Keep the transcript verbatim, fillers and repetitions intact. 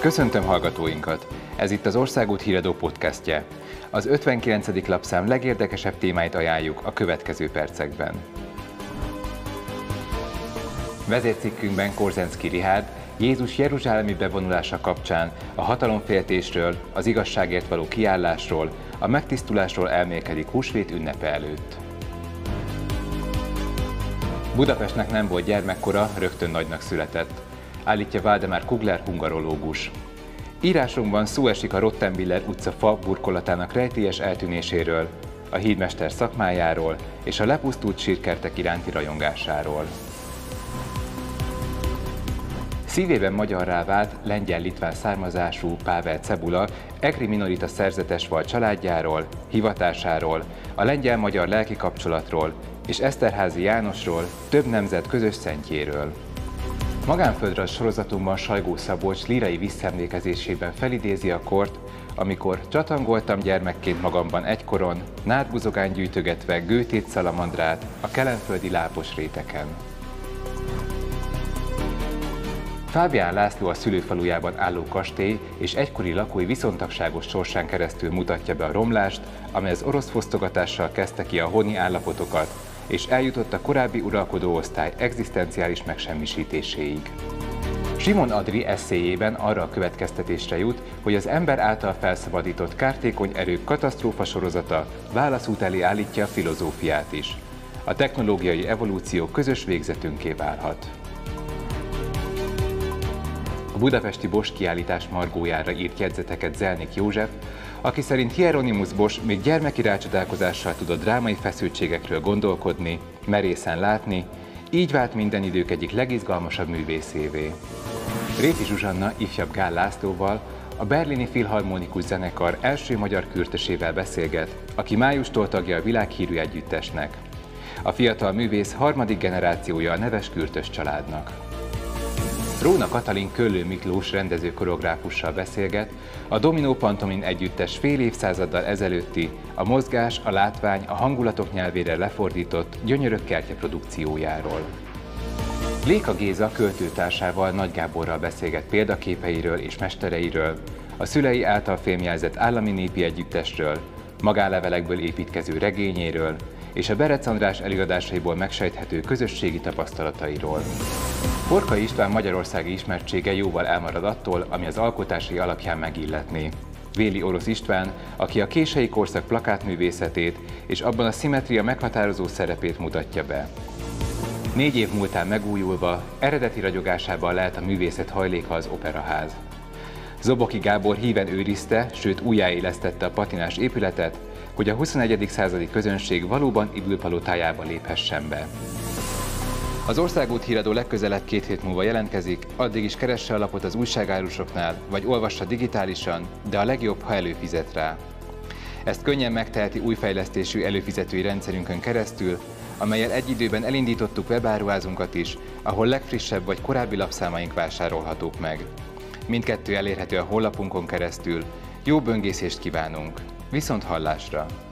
Köszöntöm hallgatóinkat! Ez itt az Országút Híradó podcastje. Az ötvenkilencedik lapszám legérdekesebb témáit ajánljuk a következő percekben. Vezércikkünkben Korzenszky Rihárd Jézus jeruzsálemi bevonulása kapcsán a hatalomféltésről, az igazságért való kiállásról, a megtisztulásról elmélkedik húsvét ünnepe előtt. Budapestnek nem volt gyermekkora, rögtön nagynak született, állítja Waldemar Kugler hungarológus. Írásunkban szó esik a Rottenbiller utca fa burkolatának rejtélyes eltűnéséről, a hídmester szakmájáról és a lepusztult sírkertek iránti rajongásáról. Szívében magyarrá vált lengyel-litván származású Pável Cebula egri minorita szerzetes volt családjáról, hivatásáról, a lengyel-magyar lelki kapcsolatról és Eszterházy Jánosról, több nemzet közös szentjéről. Magánföldrajz sorozatunkban Sajgó Szabolcs lírai visszaemlékezésében felidézi a kort, amikor csatangoltam gyermekként magamban egykoron, nádbuzogán gyűjtögetve Gőtét szalamandrát a kelenföldi lápos réteken. Fábián László a szülőfalujában álló kastély és egykori lakói viszontagságos sorsán keresztül mutatja be a romlást, amely az orosz fosztogatással kezdte ki a honi állapotokat, és eljutott a korábbi uralkodó osztály egzisztenciális megsemmisítéséig. Simon Adri esszéjében arra a következtetésre jut, hogy az ember által felszabadított kártékony erők katasztrófa sorozata válaszút elé állítja a filozófiát is. A technológiai evolúció közös végzetünké válhat. A budapesti Bosch kiállítás margójára írt jegyzeteket Zelnik József, aki szerint Hieronymus Bosch még gyermeki rácsodálkozással tud a drámai feszültségekről gondolkodni, merészen látni, így vált minden idők egyik legizgalmasabb művészévé. Réti Zsuzsanna ifjabb Gál Lászlóval, a berlini filharmonikus zenekar első magyar kürtösével beszélget, aki májustól tagja a világhírű együttesnek. A fiatal művész harmadik generációja a neves kürtös családnak. Róna Katalin Köllő Miklós rendező-koreográfussal beszélget a Dominó Pantomin együttes fél évszázaddal ezelőtti, a mozgás, a látvány, a hangulatok nyelvére lefordított Gyönyörök kertje produkciójáról. Léka Géza költőtársával Nagy Gáborral beszélget példaképeiről és mestereiről, a szülei által fémjelzett állami népi együttesről, magánlevelekből építkező regényéről és a Berec András előadásaiból megsejthető közösségi tapasztalatairól. Forkai István magyarországi ismertsége jóval elmarad attól, ami az alkotásai alapján megilletné. Véli Orosz István, aki a kései korszak plakátművészetét és abban a szimmetria meghatározó szerepét mutatja be. Négy év múltán megújulva, eredeti ragyogásában lehet a művészet hajléka az Operaház. Zoboki Gábor híven őrizte, sőt újjáélesztette a patinás épületet, hogy a huszonegyedik századi közönség valóban idülpalotájába léphessen be. Az Országút Híradó legközelebb két hét múlva jelentkezik, addig is keresse a lapot az újságárusoknál, vagy olvassa digitálisan, de a legjobb, ha előfizet rá. Ezt könnyen megteheti új fejlesztésű előfizetői rendszerünkön keresztül, amellyel egy időben elindítottuk webáruházunkat is, ahol legfrissebb vagy korábbi lapszámaink vásárolhatók meg. Mindkettő elérhető a honlapunkon keresztül. Jó böngészést kívánunk! Viszont hallásra!